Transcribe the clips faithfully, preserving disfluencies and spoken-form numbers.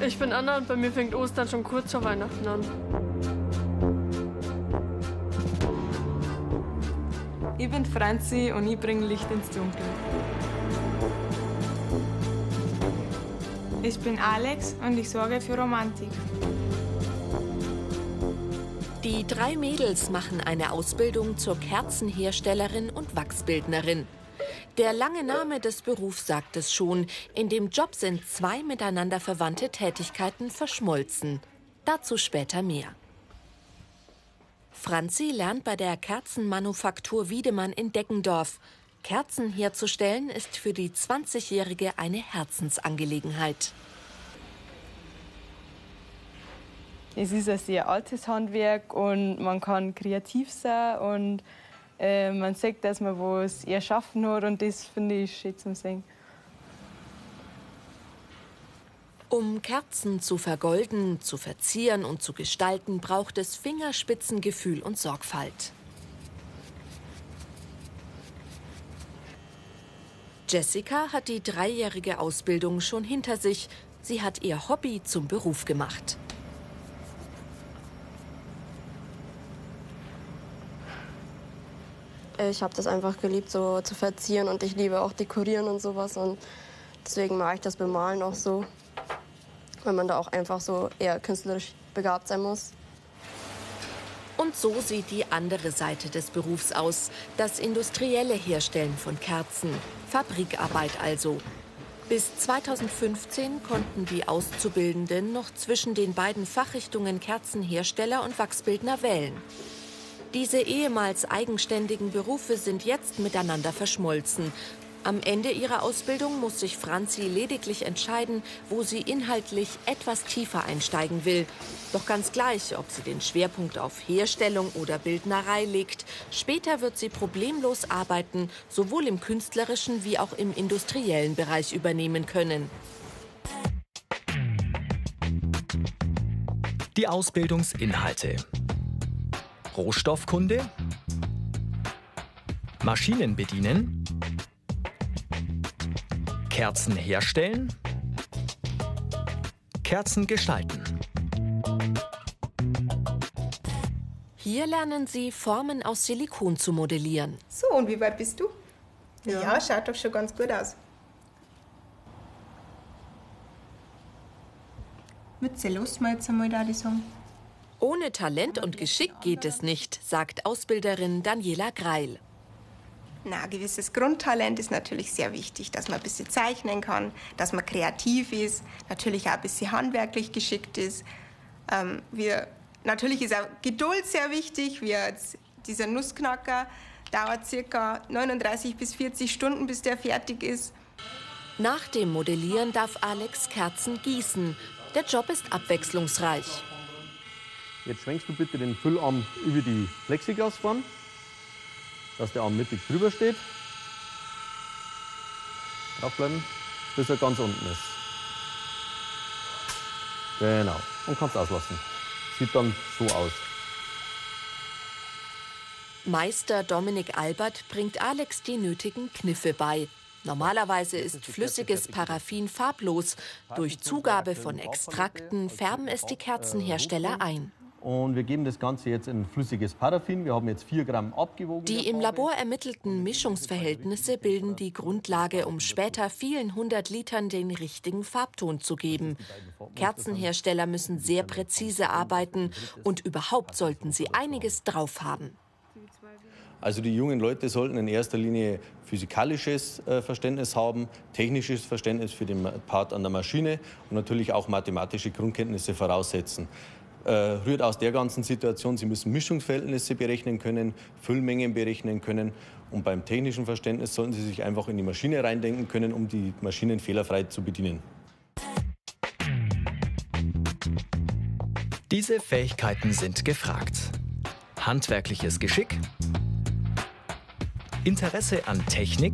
Ich bin Anna und bei mir fängt Ostern schon kurz vor Weihnachten an. Ich bin Franzi und ich bringe Licht ins Dunkel. Ich bin Alex und ich sorge für Romantik. Die drei Mädels machen eine Ausbildung zur Kerzenherstellerin und Wachsbildnerin. Der lange Name des Berufs sagt es schon. In dem Job sind zwei miteinander verwandte Tätigkeiten verschmolzen. Dazu später mehr. Franzi lernt bei der Kerzenmanufaktur Wiedemann in Deggendorf. Kerzen herzustellen ist für die zwanzigjährige eine Herzensangelegenheit. Es ist ein sehr altes Handwerk und man kann kreativ sein und äh, man sieht, dass man was erschaffen hat und das finde ich schön zum Sehen. Um Kerzen zu vergolden, zu verzieren und zu gestalten, braucht es Fingerspitzengefühl und Sorgfalt. Jessica hat die dreijährige Ausbildung schon hinter sich. Sie hat ihr Hobby zum Beruf gemacht. Ich habe das einfach geliebt, so zu verzieren und ich liebe auch Dekorieren und sowas und deswegen mag ich das Bemalen auch so, weil man da auch einfach so eher künstlerisch begabt sein muss. Und so sieht die andere Seite des Berufs aus, das industrielle Herstellen von Kerzen, Fabrikarbeit also. Bis zweitausendfünfzehn konnten die Auszubildenden noch zwischen den beiden Fachrichtungen Kerzenhersteller und Wachsbildner wählen. Diese ehemals eigenständigen Berufe sind jetzt miteinander verschmolzen. Am Ende ihrer Ausbildung muss sich Franzi lediglich entscheiden, wo sie inhaltlich etwas tiefer einsteigen will. Doch ganz gleich, ob sie den Schwerpunkt auf Herstellung oder Bildnerei legt, später wird sie problemlos Arbeiten sowohl im künstlerischen wie auch im industriellen Bereich übernehmen können. Die Ausbildungsinhalte: Rohstoffkunde, Maschinen bedienen, Kerzen herstellen, Kerzen gestalten. Hier lernen sie, Formen aus Silikon zu modellieren. So, und wie weit bist du? Ja, Ja, schaut doch schon ganz gut aus. Mütze, los mal jetzt einmal da die sagen. Ohne Talent und Geschick geht es nicht, sagt Ausbilderin Daniela Greil. Na, ein gewisses Grundtalent ist natürlich sehr wichtig, dass man ein bisschen zeichnen kann, dass man kreativ ist, natürlich auch ein bisschen handwerklich geschickt ist. Ähm, wir, natürlich ist auch Geduld sehr wichtig. Wir, jetzt, dieser Nussknacker dauert ca. neununddreißig bis vierzig Stunden, bis der fertig ist. Nach dem Modellieren darf Alex Kerzen gießen. Der Job ist abwechslungsreich. Jetzt schwenkst du bitte den Füllarm über die Plexiglaswand, dass der Arm mittig drüber steht. Draufbleiben, bis er ganz unten ist. Genau. Und kannst auslassen. Sieht dann so aus. Meister Dominik Albert bringt Alex die nötigen Kniffe bei. Normalerweise ist flüssiges Paraffin farblos. Durch Zugabe von Extrakten färben es die Kerzenhersteller ein. Und wir geben das Ganze jetzt in flüssiges Paraffin. Wir haben jetzt vier Gramm abgewogen. Die im Labor ermittelten Mischungsverhältnisse bilden die Grundlage, um später vielen hundert Litern den richtigen Farbton zu geben. Kerzenhersteller müssen sehr präzise arbeiten und überhaupt sollten sie einiges drauf haben. Also die jungen Leute sollten in erster Linie physikalisches äh, Verständnis haben, technisches Verständnis für den Part an der Maschine und natürlich auch mathematische Grundkenntnisse voraussetzen. Äh, rührt aus der ganzen Situation, sie müssen Mischungsverhältnisse berechnen können, Füllmengen berechnen können und beim technischen Verständnis sollten sie sich einfach in die Maschine reindenken können, um die Maschinen fehlerfrei zu bedienen. Diese Fähigkeiten sind gefragt. Handwerkliches Geschick, Interesse an Technik,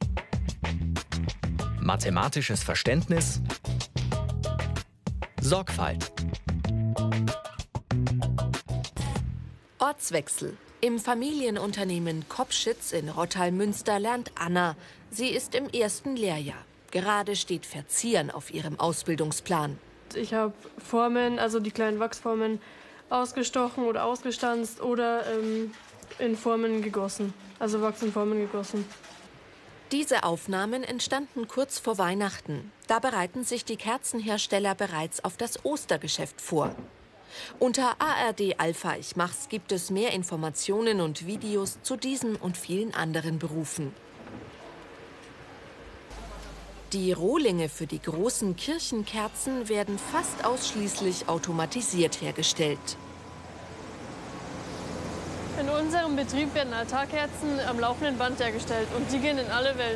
mathematisches Verständnis, Sorgfalt. Ortswechsel. Im Familienunternehmen Kopschitz in Rottal-Münster lernt Anna. Sie ist im ersten Lehrjahr. Gerade steht Verzieren auf ihrem Ausbildungsplan. Ich habe Formen, also die kleinen Wachsformen, ausgestochen oder ausgestanzt oder ähm, in Formen gegossen, also Wachs in Formen gegossen. Diese Aufnahmen entstanden kurz vor Weihnachten. Da bereiten sich die Kerzenhersteller bereits auf das Ostergeschäft vor. Unter A R D Alpha Ich Mach's gibt es mehr Informationen und Videos zu diesen und vielen anderen Berufen. Die Rohlinge für die großen Kirchenkerzen werden fast ausschließlich automatisiert hergestellt. In unserem Betrieb werden Altarkerzen am laufenden Band hergestellt und die gehen in alle Welt.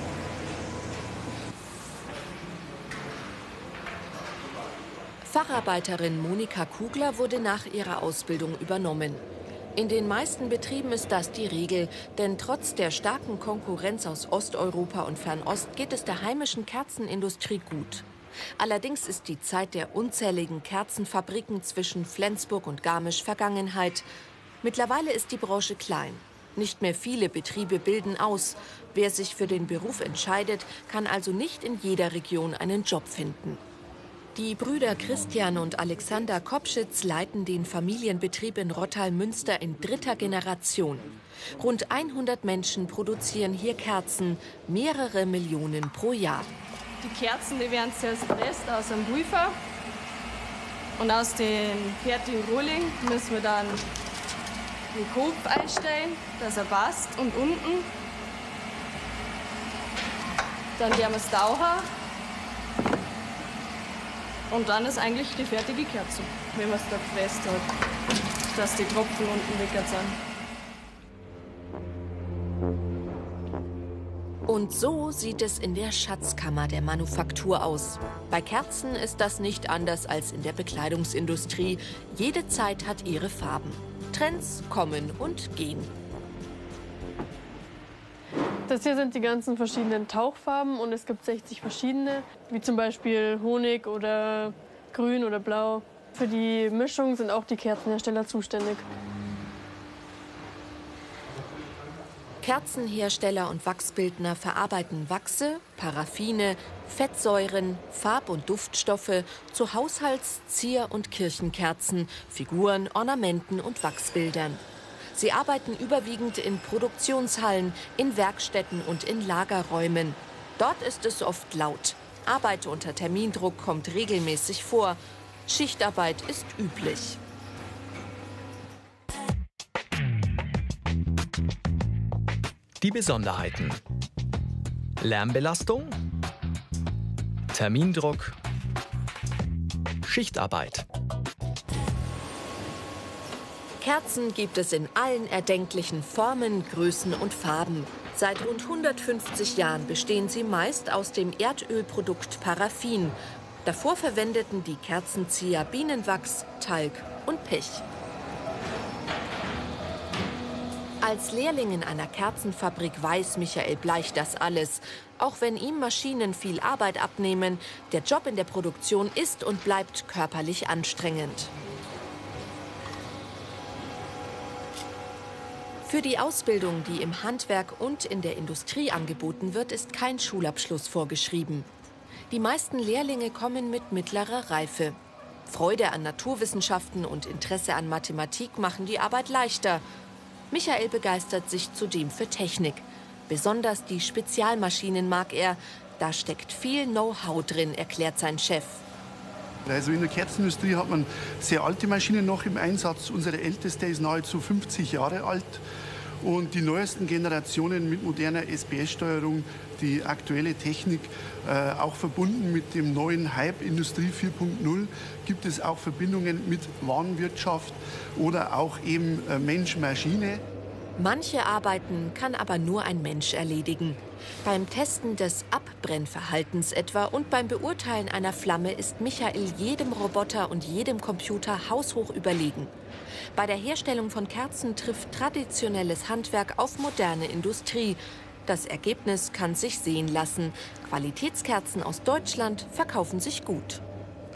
Facharbeiterin Monika Kugler wurde nach ihrer Ausbildung übernommen. In den meisten Betrieben ist das die Regel, denn trotz der starken Konkurrenz aus Osteuropa und Fernost geht es der heimischen Kerzenindustrie gut. Allerdings ist die Zeit der unzähligen Kerzenfabriken zwischen Flensburg und Garmisch Vergangenheit. Mittlerweile ist die Branche klein. Nicht mehr viele Betriebe bilden aus. Wer sich für den Beruf entscheidet, kann also nicht in jeder Region einen Job finden. Die Brüder Christian und Alexander Kopschitz leiten den Familienbetrieb in Rottal-Münster in dritter Generation. Rund hundert Menschen produzieren hier Kerzen, mehrere Millionen pro Jahr. Die Kerzen, die werden zuerst presst aus dem Pulver. Und aus dem fertigen Rohling müssen wir dann den Kopf einstellen, dass er passt. Und unten dann werden wir es tauchen. Und dann ist eigentlich die fertige Kerze, wenn man es da gefräst hat, dass die Tropfen unten weg sind. Und so sieht es in der Schatzkammer der Manufaktur aus. Bei Kerzen ist das nicht anders als in der Bekleidungsindustrie. Jede Zeit hat ihre Farben. Trends kommen und gehen. Das hier sind die ganzen verschiedenen Tauchfarben und es gibt sechzig verschiedene, wie zum Beispiel Honig oder Grün oder Blau. Für die Mischung sind auch die Kerzenhersteller zuständig. Kerzenhersteller und Wachsbildner verarbeiten Wachse, Paraffine, Fettsäuren, Farb- und Duftstoffe zu Haushalts-, Zier- und Kirchenkerzen, Figuren, Ornamenten und Wachsbildern. Sie arbeiten überwiegend in Produktionshallen, in Werkstätten und in Lagerräumen. Dort ist es oft laut. Arbeit unter Termindruck kommt regelmäßig vor. Schichtarbeit ist üblich. Die Besonderheiten: Lärmbelastung, Termindruck, Schichtarbeit. Kerzen gibt es in allen erdenklichen Formen, Größen und Farben. Seit rund hundertfünfzig Jahren bestehen sie meist aus dem Erdölprodukt Paraffin. Davor verwendeten die Kerzenzieher Bienenwachs, Talg und Pech. Als Lehrling in einer Kerzenfabrik weiß Michael Bleich das alles. Auch wenn ihm Maschinen viel Arbeit abnehmen, der Job in der Produktion ist und bleibt körperlich anstrengend. Für die Ausbildung, die im Handwerk und in der Industrie angeboten wird, ist kein Schulabschluss vorgeschrieben. Die meisten Lehrlinge kommen mit mittlerer Reife. Freude an Naturwissenschaften und Interesse an Mathematik machen die Arbeit leichter. Michael begeistert sich zudem für Technik. Besonders die Spezialmaschinen mag er. Da steckt viel Know-how drin, erklärt sein Chef. Also in der Kerzenindustrie hat man sehr alte Maschinen noch im Einsatz. Unsere älteste ist nahezu fünfzig Jahre alt. Und die neuesten Generationen mit moderner S B S-Steuerung, die aktuelle Technik, äh, auch verbunden mit dem neuen Hype Industrie vier Punkt null, gibt es auch Verbindungen mit Warenwirtschaft oder auch eben äh, Mensch-Maschine. Manche Arbeiten kann aber nur ein Mensch erledigen. Beim Testen des Abbrennverhaltens etwa und beim Beurteilen einer Flamme ist Michael jedem Roboter und jedem Computer haushoch überlegen. Bei der Herstellung von Kerzen trifft traditionelles Handwerk auf moderne Industrie. Das Ergebnis kann sich sehen lassen. Qualitätskerzen aus Deutschland verkaufen sich gut.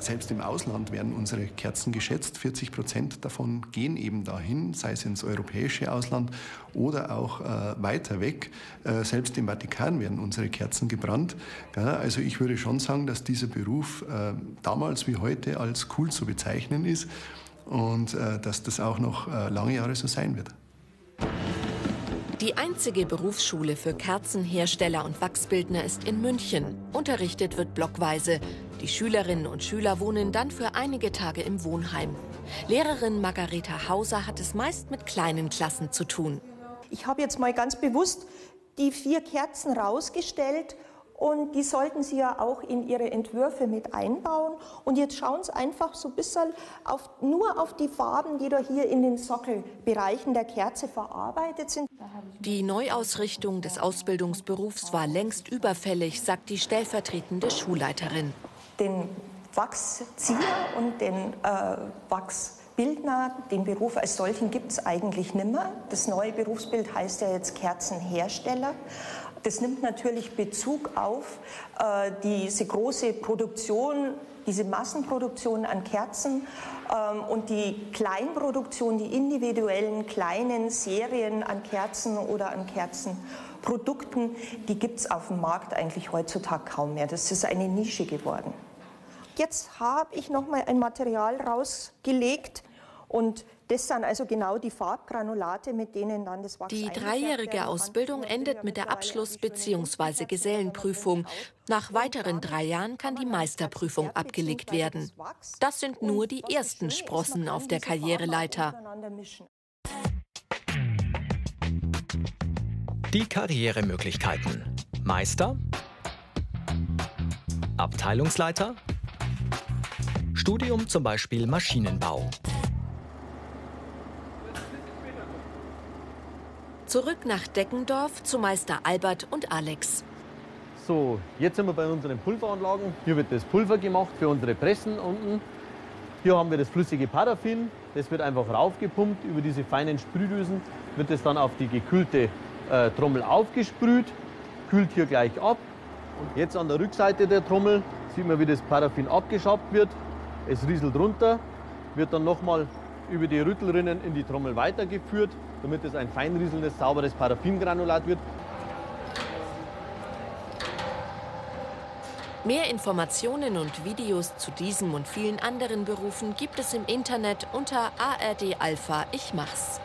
selbst im Ausland werden unsere Kerzen geschätzt. vierzig Prozent davon gehen eben dahin, sei es ins europäische Ausland oder auch äh, weiter weg. Äh, selbst im Vatikan werden unsere Kerzen gebrannt. Ja, also ich würde schon sagen, dass dieser Beruf äh, damals wie heute als cool zu bezeichnen ist und äh, dass das auch noch äh, lange Jahre so sein wird. Die einzige Berufsschule für Kerzenhersteller und Wachsbildner ist in München. Unterrichtet wird blockweise. Die Schülerinnen und Schüler wohnen dann für einige Tage im Wohnheim. Lehrerin Margareta Hauser hat es meist mit kleinen Klassen zu tun. Ich habe jetzt mal ganz bewusst die vier Kerzen rausgestellt. Und die sollten Sie ja auch in Ihre Entwürfe mit einbauen. Und jetzt schauen Sie einfach so ein bisschen auf, nur auf die Farben, die da hier in den Sockelbereichen der Kerze verarbeitet sind. Die Neuausrichtung des Ausbildungsberufs war längst überfällig, sagt die stellvertretende Schulleiterin. Den Wachszieher und den äh, Wachsbildner, den Beruf als solchen gibt es eigentlich nicht mehr. Das neue Berufsbild heißt ja jetzt Kerzenhersteller. Das nimmt natürlich Bezug auf äh, diese große Produktion, diese Massenproduktion an Kerzen ähm, und die Kleinproduktion, die individuellen kleinen Serien an Kerzen oder an Kerzenprodukten, die gibt es auf dem Markt eigentlich heutzutage kaum mehr. Das ist eine Nische geworden. Jetzt habe ich noch mal ein Material rausgelegt und das sind also genau die Farbgranulate, mit denen dann das Wachs Die dreijährige Ausbildung endet mit der Abschluss- bzw. Gesellenprüfung. Nach weiteren drei Jahren kann die Meisterprüfung abgelegt werden. Das sind nur die ersten Sprossen auf der Karriereleiter. Die Karrieremöglichkeiten: Meister, Abteilungsleiter, Studium zum Beispiel Maschinenbau. Zurück nach Deckendorf zu Meister Albert und Alex. So, jetzt sind wir bei unseren Pulveranlagen. Hier wird das Pulver gemacht für unsere Pressen unten. Hier haben wir das flüssige Paraffin. Das wird einfach raufgepumpt. Über diese feinen Sprühdüsen wird es dann auf die gekühlte äh, Trommel aufgesprüht. Kühlt hier gleich ab. Und jetzt an der Rückseite der Trommel sieht man, wie das Paraffin abgeschabt wird. Es rieselt runter, wird dann nochmal über die Rüttelrinnen in die Trommel weitergeführt, damit es ein feinrieselndes, sauberes Paraffingranulat wird. Mehr Informationen und Videos zu diesem und vielen anderen Berufen gibt es im Internet unter A R D Alpha Ich Mach's.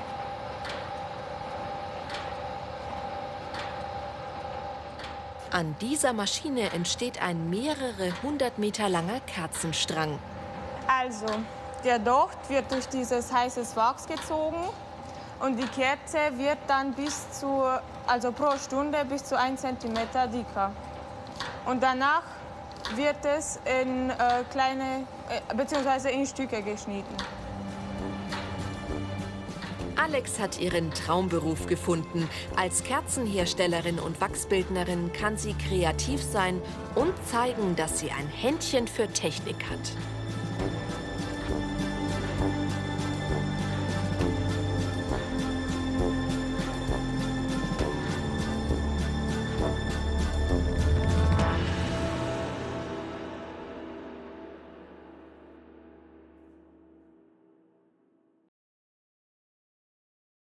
An dieser Maschine entsteht ein mehrere hundert Meter langer Kerzenstrang. Also, der Docht wird durch dieses heißes Wachs gezogen und die Kerze wird dann bis zu, also pro Stunde bis zu ein Zentimeter dicker. Und danach wird es in äh, kleine, äh, beziehungsweise in Stücke geschnitten. Alex hat ihren Traumberuf gefunden. Als Kerzenherstellerin und Wachsbildnerin kann sie kreativ sein und zeigen, dass sie ein Händchen für Technik hat.